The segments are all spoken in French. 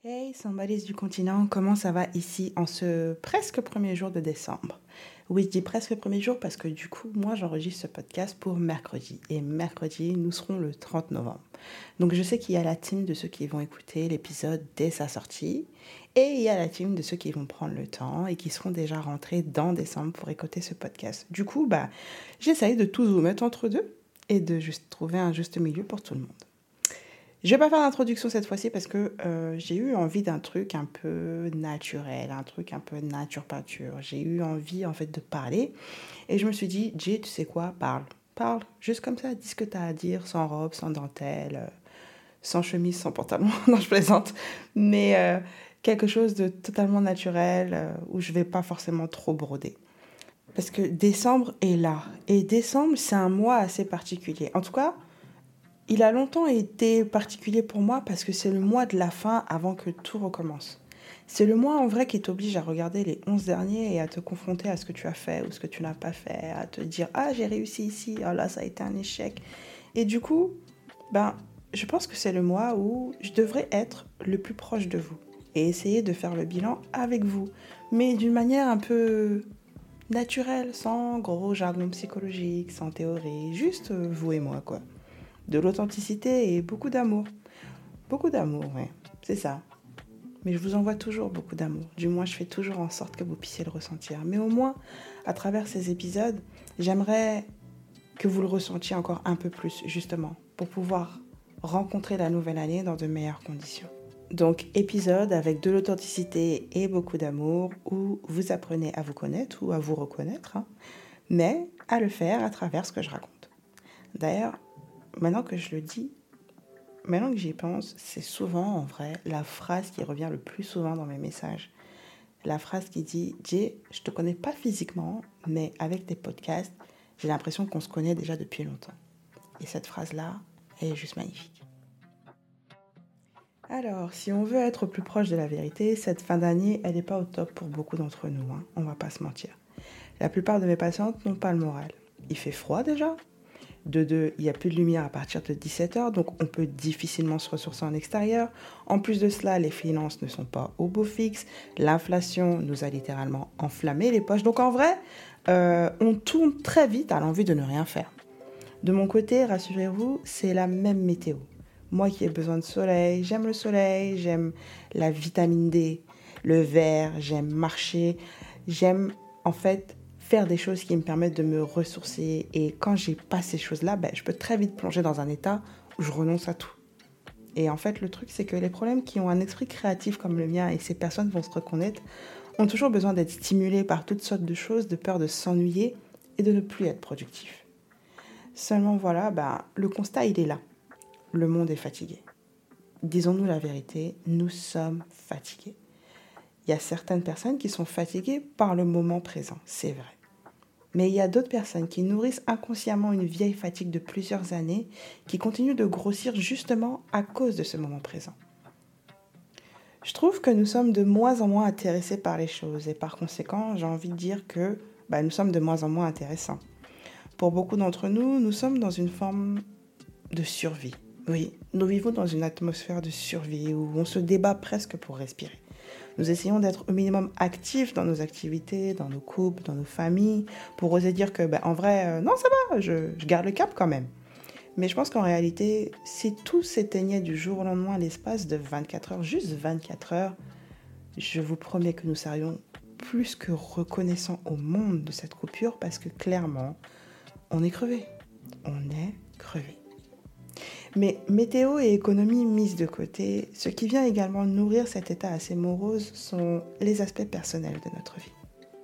Hey, Somebody's du continent, comment ça va ici en ce presque premier jour de décembre? Oui, je dis presque premier jour parce que du coup, moi, j'enregistre ce podcast pour mercredi. Et mercredi, nous serons le 30 novembre. Donc, je sais qu'il y a la team de ceux qui vont écouter l'épisode dès sa sortie. Et il y a la team de ceux qui vont prendre le temps et qui seront déjà rentrés dans décembre pour écouter ce podcast. Du coup, j'essaye de tous vous mettre entre deux et de juste trouver un juste milieu pour tout le monde. Je vais pas faire d'introduction cette fois-ci parce que j'ai eu envie d'un truc un peu naturel, un truc un peu nature peinture. J'ai eu envie en fait de parler et je me suis dit, Jay, tu sais quoi, parle. Parle, juste comme ça, dis ce que tu as à dire, sans robe, sans dentelle, sans chemise, sans pantalon. Non, je plaisante. Mais quelque chose de totalement naturel où je vais pas forcément trop broder. Parce que décembre est là. Et décembre, c'est un mois assez particulier. En tout cas, il a longtemps été particulier pour moi parce que c'est le mois de la fin avant que tout recommence. C'est le mois en vrai qui t'oblige à regarder les 11 derniers et à te confronter à ce que tu as fait ou ce que tu n'as pas fait, à te dire « Ah, j'ai réussi ici, ah là, ça a été un échec ». Et du coup, je pense que c'est le mois où je devrais être le plus proche de vous et essayer de faire le bilan avec vous, mais d'une manière un peu naturelle, sans gros jargon psychologique, sans théorie, juste vous et moi, quoi. De l'authenticité et beaucoup d'amour. Beaucoup d'amour, ouais, c'est ça. Mais je vous envoie toujours beaucoup d'amour. Du moins, je fais toujours en sorte que vous puissiez le ressentir. Mais au moins, à travers ces épisodes, j'aimerais que vous le ressentiez encore un peu plus, justement, pour pouvoir rencontrer la nouvelle année dans de meilleures conditions. Donc, épisode avec de l'authenticité et beaucoup d'amour, où vous apprenez à vous connaître ou à vous reconnaître, mais à le faire à travers ce que je raconte. D'ailleurs, maintenant que je le dis, maintenant que j'y pense, c'est souvent en vrai la phrase qui revient le plus souvent dans mes messages. La phrase qui dit « Jay, je te connais pas physiquement, mais avec tes podcasts, j'ai l'impression qu'on se connaît déjà depuis longtemps. » Et cette phrase-là, elle est juste magnifique. Alors, si on veut être plus proche de la vérité, cette fin d'année, elle n'est pas au top pour beaucoup d'entre nous, on va pas se mentir. La plupart de mes patientes n'ont pas le moral. Il fait froid déjà. De deux, il n'y a plus de lumière à partir de 17h, donc on peut difficilement se ressourcer en extérieur. En plus de cela, les finances ne sont pas au beau fixe. L'inflation nous a littéralement enflammé les poches. Donc en vrai, on tourne très vite à l'envie de ne rien faire. De mon côté, rassurez-vous, c'est la même météo. Moi qui ai besoin de soleil, j'aime la vitamine D, le vert, j'aime marcher, j'aime en fait faire des choses qui me permettent de me ressourcer. Et quand j'ai pas ces choses-là, je peux très vite plonger dans un état où je renonce à tout. Et en fait, le truc, c'est que les problèmes qui ont un esprit créatif comme le mien, et ces personnes vont se reconnaître, ont toujours besoin d'être stimulés par toutes sortes de choses, de peur de s'ennuyer et de ne plus être productif. Seulement voilà, le constat, il est là. Le monde est fatigué. Disons-nous la vérité, nous sommes fatigués. Il y a certaines personnes qui sont fatiguées par le moment présent, c'est vrai. Mais il y a d'autres personnes qui nourrissent inconsciemment une vieille fatigue de plusieurs années qui continue de grossir justement à cause de ce moment présent. Je trouve que nous sommes de moins en moins intéressés par les choses et par conséquent, j'ai envie de dire que nous sommes de moins en moins intéressants. Pour beaucoup d'entre nous, nous sommes dans une forme de survie. Oui, nous vivons dans une atmosphère de survie où on se débat presque pour respirer. Nous essayons d'être au minimum actifs dans nos activités, dans nos couples, dans nos familles, pour oser dire que, en vrai, non, ça va, je garde le cap quand même. Mais je pense qu'en réalité, si tout s'éteignait du jour au lendemain à l'espace de 24 heures, juste 24 heures, je vous promets que nous serions plus que reconnaissants au monde de cette coupure parce que clairement, on est crevé. On est crevé. Mais météo et économie mises de côté, ce qui vient également nourrir cet état assez morose sont les aspects personnels de notre vie.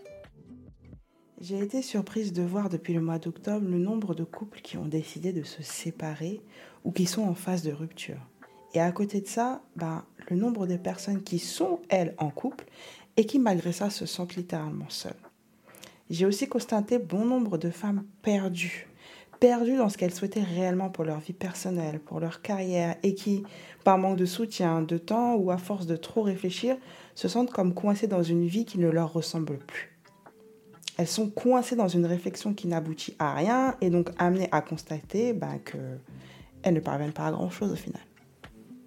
J'ai été surprise de voir depuis le mois d'octobre le nombre de couples qui ont décidé de se séparer ou qui sont en phase de rupture. Et à côté de ça, le nombre de personnes qui sont, elles, en couple et qui, malgré ça, se sentent littéralement seules. J'ai aussi constaté bon nombre de femmes perdues dans ce qu'elles souhaitaient réellement pour leur vie personnelle, pour leur carrière, et qui, par manque de soutien, de temps ou à force de trop réfléchir, se sentent comme coincées dans une vie qui ne leur ressemble plus. Elles sont coincées dans une réflexion qui n'aboutit à rien et donc amenées à constater qu'elles ne parviennent pas à grand-chose au final.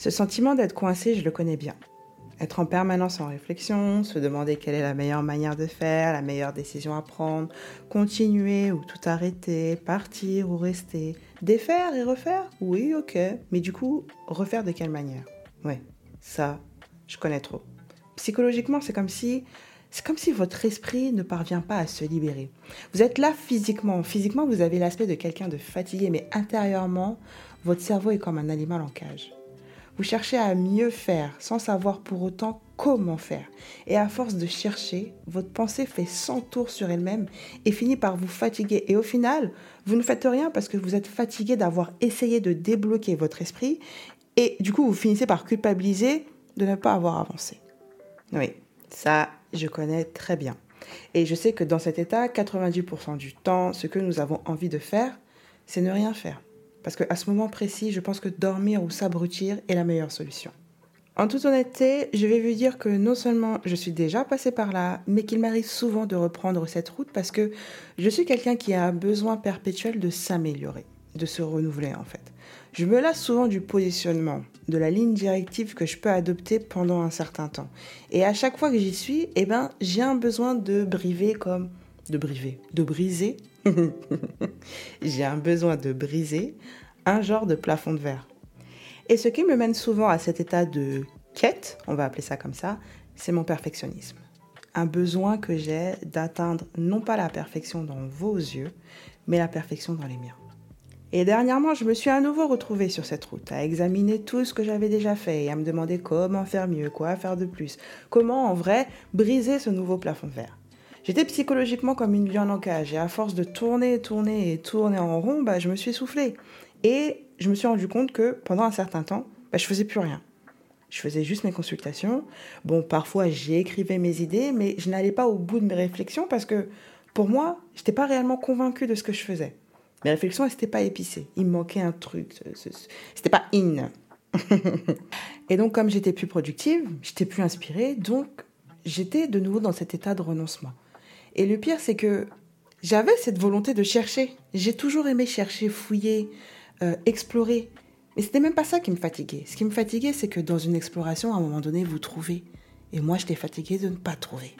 Ce sentiment d'être coincé, je le connais bien. Être en permanence en réflexion, se demander quelle est la meilleure manière de faire, la meilleure décision à prendre, continuer ou tout arrêter, partir ou rester, défaire et refaire, oui, ok, mais du coup, refaire de quelle manière? Ouais, ça, je connais trop. Psychologiquement, c'est comme si votre esprit ne parvient pas à se libérer. Vous êtes là physiquement. Physiquement, vous avez l'aspect de quelqu'un de fatigué, mais intérieurement, votre cerveau est comme un animal en cage. Vous cherchez à mieux faire sans savoir pour autant comment faire. Et à force de chercher, votre pensée fait 100 tours sur elle-même et finit par vous fatiguer. Et au final, vous ne faites rien parce que vous êtes fatigué d'avoir essayé de débloquer votre esprit et du coup, vous finissez par culpabiliser de ne pas avoir avancé. Oui, ça, je connais très bien. Et je sais que dans cet état, 90% du temps, ce que nous avons envie de faire, c'est ne rien faire. Parce qu'à ce moment précis, je pense que dormir ou s'abrutir est la meilleure solution. En toute honnêteté, je vais vous dire que non seulement je suis déjà passée par là, mais qu'il m'arrive souvent de reprendre cette route parce que je suis quelqu'un qui a un besoin perpétuel de s'améliorer, de se renouveler en fait. Je me lasse souvent du positionnement, de la ligne directive que je peux adopter pendant un certain temps. Et à chaque fois que j'y suis, j'ai un besoin de briser. J'ai un besoin de briser un genre de plafond de verre. Et ce qui me mène souvent à cet état de quête, on va appeler ça comme ça, c'est mon perfectionnisme. Un besoin que j'ai d'atteindre non pas la perfection dans vos yeux, mais la perfection dans les miens. Et dernièrement, je me suis à nouveau retrouvée sur cette route, à examiner tout ce que j'avais déjà fait et à me demander comment faire mieux, quoi faire de plus, comment en vrai briser ce nouveau plafond de verre. J'étais psychologiquement comme une lion en cage et à force de tourner en rond, je me suis essoufflée. Et je me suis rendu compte que pendant un certain temps, je faisais plus rien. Je faisais juste mes consultations. Bon, parfois j'écrivais mes idées, mais je n'allais pas au bout de mes réflexions parce que pour moi, je n'étais pas réellement convaincue de ce que je faisais. Mes réflexions, elles n'étaient pas épicées. Il me manquait un truc. C'était pas in. Et donc, comme j'étais plus productive, j'étais plus inspirée, donc j'étais de nouveau dans cet état de renoncement. Et le pire, c'est que j'avais cette volonté de chercher. J'ai toujours aimé chercher, fouiller, explorer. Mais c'était même pas ça qui me fatiguait. Ce qui me fatiguait, c'est que dans une exploration, à un moment donné, vous trouvez. Et moi, j'étais fatiguée de ne pas trouver.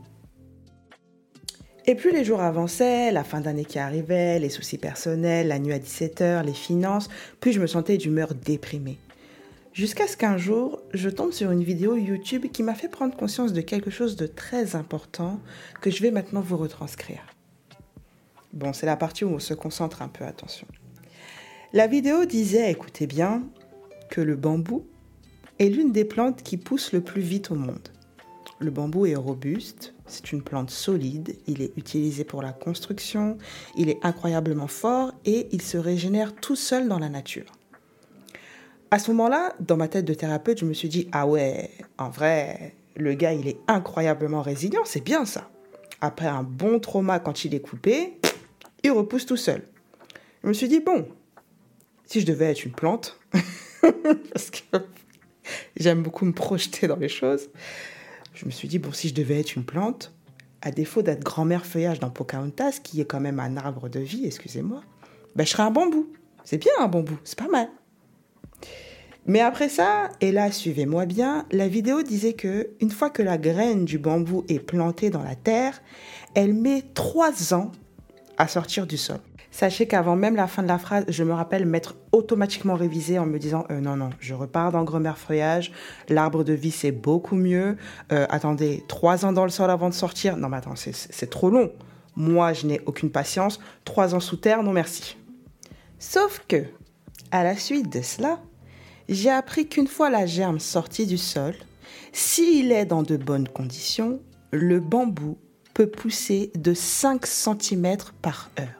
Et plus les jours avançaient, la fin d'année qui arrivait, les soucis personnels, la nuit à 17h, les finances, plus je me sentais d'humeur déprimée. Jusqu'à ce qu'un jour, je tombe sur une vidéo YouTube qui m'a fait prendre conscience de quelque chose de très important que je vais maintenant vous retranscrire. Bon, c'est la partie où on se concentre un peu, attention. La vidéo disait, écoutez bien, que le bambou est l'une des plantes qui poussent le plus vite au monde. Le bambou est robuste, c'est une plante solide, il est utilisé pour la construction, il est incroyablement fort et il se régénère tout seul dans la nature. À ce moment-là, dans ma tête de thérapeute, je me suis dit, ah ouais, en vrai, le gars, il est incroyablement résilient, c'est bien ça. Après un bon trauma quand il est coupé, il repousse tout seul. Je me suis dit, bon, si je devais être une plante, parce que j'aime beaucoup me projeter dans les choses, je me suis dit, bon, si je devais être une plante, à défaut d'être grand-mère feuillage dans Pocahontas, qui est quand même un arbre de vie, excusez-moi, je serais un bambou. C'est bien un bambou, c'est pas mal. Mais après ça, et là, suivez-moi bien, la vidéo disait que une fois que la graine du bambou est plantée dans la terre, elle met 3 ans à sortir du sol. Sachez qu'avant même la fin de la phrase, je me rappelle m'être automatiquement révisée en me disant non, je repars dans grand-mère feuillage, l'arbre de vie c'est beaucoup mieux, attendez, 3 ans dans le sol avant de sortir, non mais attends, c'est trop long. Moi, je n'ai aucune patience, 3 ans sous terre, non merci. Sauf que, à la suite de cela, j'ai appris qu'une fois la germe sortie du sol, s'il est dans de bonnes conditions, le bambou peut pousser de 5 cm par heure.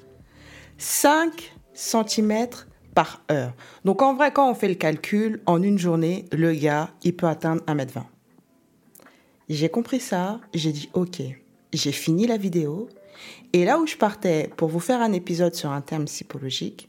5 cm par heure. Donc en vrai, quand on fait le calcul, en une journée, le gars, il peut atteindre 1,20 m. J'ai compris ça, j'ai dit ok, j'ai fini la vidéo. Et là où je partais pour vous faire un épisode sur un thème psychologique,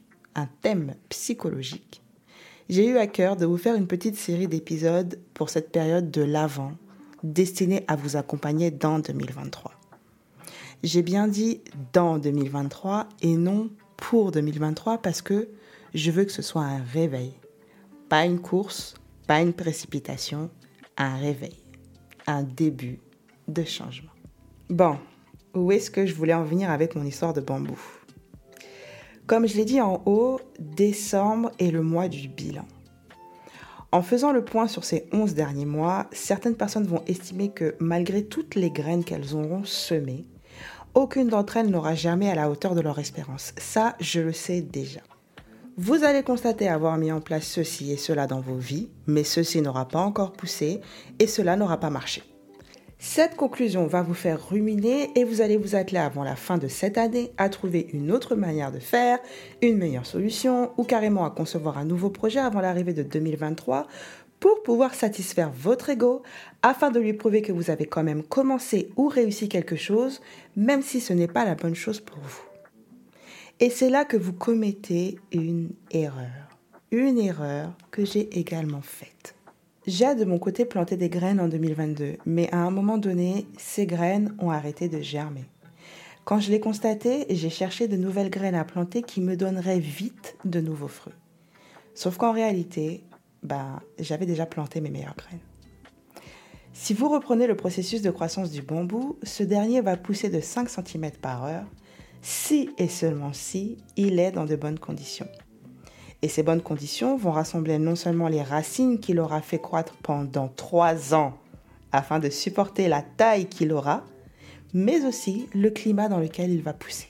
j'ai eu à cœur de vous faire une petite série d'épisodes pour cette période de l'Avent, destinée à vous accompagner dans 2023. J'ai bien dit dans 2023 et non pour 2023 parce que je veux que ce soit un réveil. Pas une course, pas une précipitation, un réveil, un début de changement. Bon, où est-ce que je voulais en venir avec mon histoire de bambou ? Comme je l'ai dit en haut, décembre est le mois du bilan. En faisant le point sur ces 11 derniers mois, certaines personnes vont estimer que malgré toutes les graines qu'elles auront semées, aucune d'entre elles n'aura germé à la hauteur de leur espérance. Ça, je le sais déjà. Vous allez constater avoir mis en place ceci et cela dans vos vies, mais ceci n'aura pas encore poussé et cela n'aura pas marché. Cette conclusion va vous faire ruminer et vous allez vous atteler avant la fin de cette année à trouver une autre manière de faire, une meilleure solution ou carrément à concevoir un nouveau projet avant l'arrivée de 2023 pour pouvoir satisfaire votre ego afin de lui prouver que vous avez quand même commencé ou réussi quelque chose, même si ce n'est pas la bonne chose pour vous. Et c'est là que vous commettez une erreur que j'ai également faite. J'ai de mon côté planté des graines en 2022, mais à un moment donné, ces graines ont arrêté de germer. Quand je l'ai constaté, j'ai cherché de nouvelles graines à planter qui me donneraient vite de nouveaux fruits. Sauf qu'en réalité, j'avais déjà planté mes meilleures graines. Si vous reprenez le processus de croissance du bambou, ce dernier va pousser de 5 cm par heure, si et seulement si il est dans de bonnes conditions. Et ces bonnes conditions vont rassembler non seulement les racines qu'il aura fait croître pendant 3 ans afin de supporter la taille qu'il aura, mais aussi le climat dans lequel il va pousser.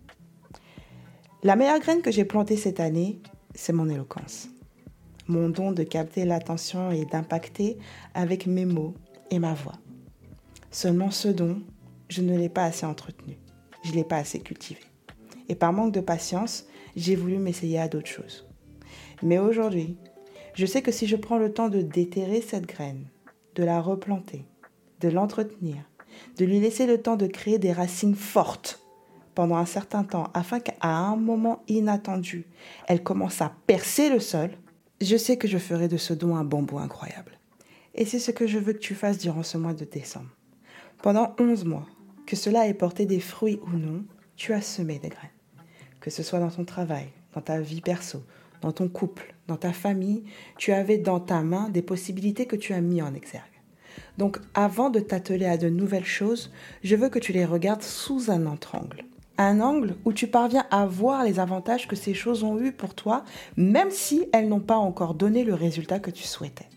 La meilleure graine que j'ai plantée cette année, c'est mon éloquence. Mon don de capter l'attention et d'impacter avec mes mots et ma voix. Seulement ce don, je ne l'ai pas assez entretenu. Je ne l'ai pas assez cultivé. Et par manque de patience, j'ai voulu m'essayer à d'autres choses. Mais aujourd'hui, je sais que si je prends le temps de déterrer cette graine, de la replanter, de l'entretenir, de lui laisser le temps de créer des racines fortes pendant un certain temps afin qu'à un moment inattendu, elle commence à percer le sol, je sais que je ferai de ce don un bambou incroyable. Et c'est ce que je veux que tu fasses durant ce mois de décembre. Pendant 11 mois, que cela ait porté des fruits ou non, tu as semé des graines. Que ce soit dans ton travail, dans ta vie perso, dans ton couple, dans ta famille, tu avais dans ta main des possibilités que tu as mis en exergue. Donc, avant de t'atteler à de nouvelles choses, je veux que tu les regardes sous un autre angle. Un angle où tu parviens à voir les avantages que ces choses ont eu pour toi, même si elles n'ont pas encore donné le résultat que tu souhaitais.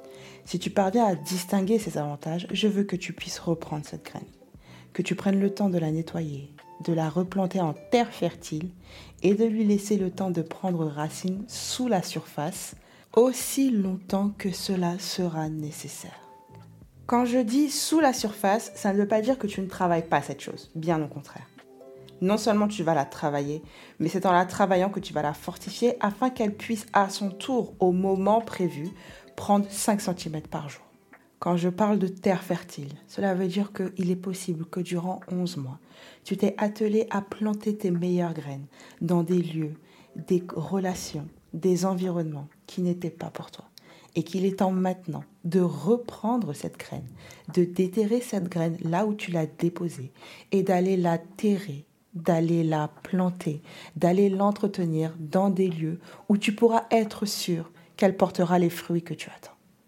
Si tu parviens à distinguer ces avantages, je veux que tu puisses reprendre cette graine, que tu prennes le temps de la nettoyer, de la replanter en terre fertile et de lui laisser le temps de prendre racine sous la surface aussi longtemps que cela sera nécessaire. Quand je dis sous la surface, ça ne veut pas dire que tu ne travailles pas cette chose, bien au contraire. Non seulement tu vas la travailler, mais c'est en la travaillant que tu vas la fortifier afin qu'elle puisse à son tour, au moment prévu, prendre 5 cm par jour. Quand je parle de terre fertile, cela veut dire qu'il est possible que durant 11 mois, tu t'es attelé à planter tes meilleures graines dans des lieux, des relations, des environnements qui n'étaient pas pour toi. Et qu'il est temps maintenant de reprendre cette graine, de déterrer cette graine là où tu l'as déposée et d'aller la terrer, d'aller la planter, d'aller l'entretenir dans des lieux où tu pourras être sûr qu'elle portera les fruits que tu attends.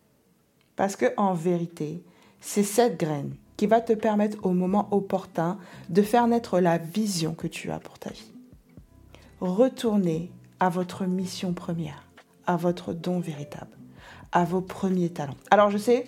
Parce qu'en vérité, c'est cette graine qui va te permettre au moment opportun de faire naître la vision que tu as pour ta vie. Retournez à votre mission première, à votre don véritable, à vos premiers talents. Alors je sais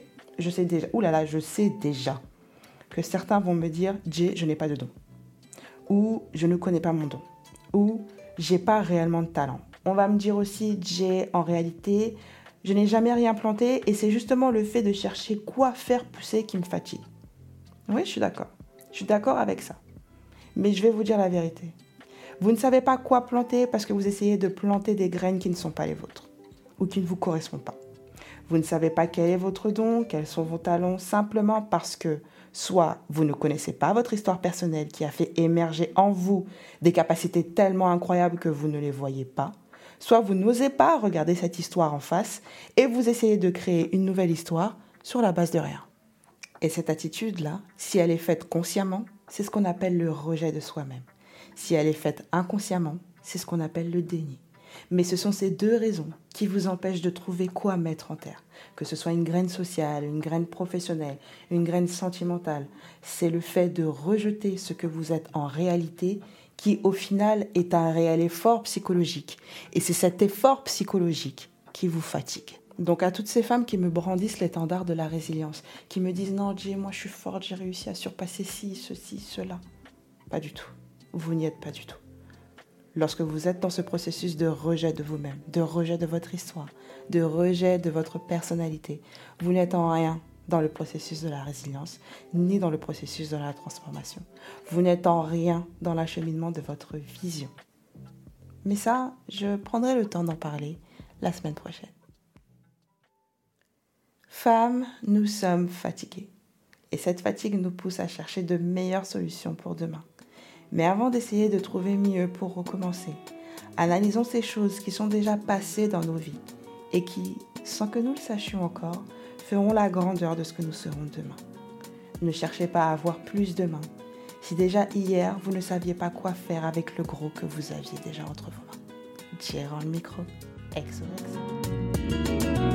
déjà que certains vont me dire « Jay, je n'ai pas de don » ou « Je ne connais pas mon don » ou « J'ai pas réellement de talent ». On va me dire aussi « Jay, en réalité, je n'ai jamais rien planté et c'est justement le fait de chercher quoi faire pousser qui me fatigue. » Oui, je suis d'accord. Je suis d'accord avec ça. Mais je vais vous dire la vérité. Vous ne savez pas quoi planter parce que vous essayez de planter des graines qui ne sont pas les vôtres ou qui ne vous correspondent pas. Vous ne savez pas quel est votre don, quels sont vos talents, simplement parce que soit vous ne connaissez pas votre histoire personnelle qui a fait émerger en vous des capacités tellement incroyables que vous ne les voyez pas, soit vous n'osez pas regarder cette histoire en face et vous essayez de créer une nouvelle histoire sur la base de rien. Et cette attitude-là, si elle est faite consciemment, c'est ce qu'on appelle le rejet de soi-même. Si elle est faite inconsciemment, c'est ce qu'on appelle le déni. Mais ce sont ces deux raisons qui vous empêchent de trouver quoi mettre en terre. Que ce soit une graine sociale, une graine professionnelle, une graine sentimentale. C'est le fait de rejeter ce que vous êtes en réalité qui, au final, est un réel effort psychologique. Et c'est cet effort psychologique qui vous fatigue. Donc à toutes ces femmes qui me brandissent l'étendard de la résilience, qui me disent « Non, Jay, moi je suis forte, j'ai réussi à surpasser ci, ceci, cela. » Pas du tout. Vous n'y êtes pas du tout. Lorsque vous êtes dans ce processus de rejet de vous-même, de rejet de votre histoire, de rejet de votre personnalité, vous n'êtes en rien dans le processus de la résilience, ni dans le processus de la transformation. Vous n'êtes en rien dans l'acheminement de votre vision. Mais ça, je prendrai le temps d'en parler la semaine prochaine. Femmes, nous sommes fatiguées. Et cette fatigue nous pousse à chercher de meilleures solutions pour demain. Mais avant d'essayer de trouver mieux pour recommencer, analysons ces choses qui sont déjà passées dans nos vies et qui, sans que nous le sachions encore, feront la grandeur de ce que nous serons demain. Ne cherchez pas à avoir plus demain. Si déjà hier, vous ne saviez pas quoi faire avec le gros que vous aviez déjà entre vos mains. Jay rend le micro. XOXO.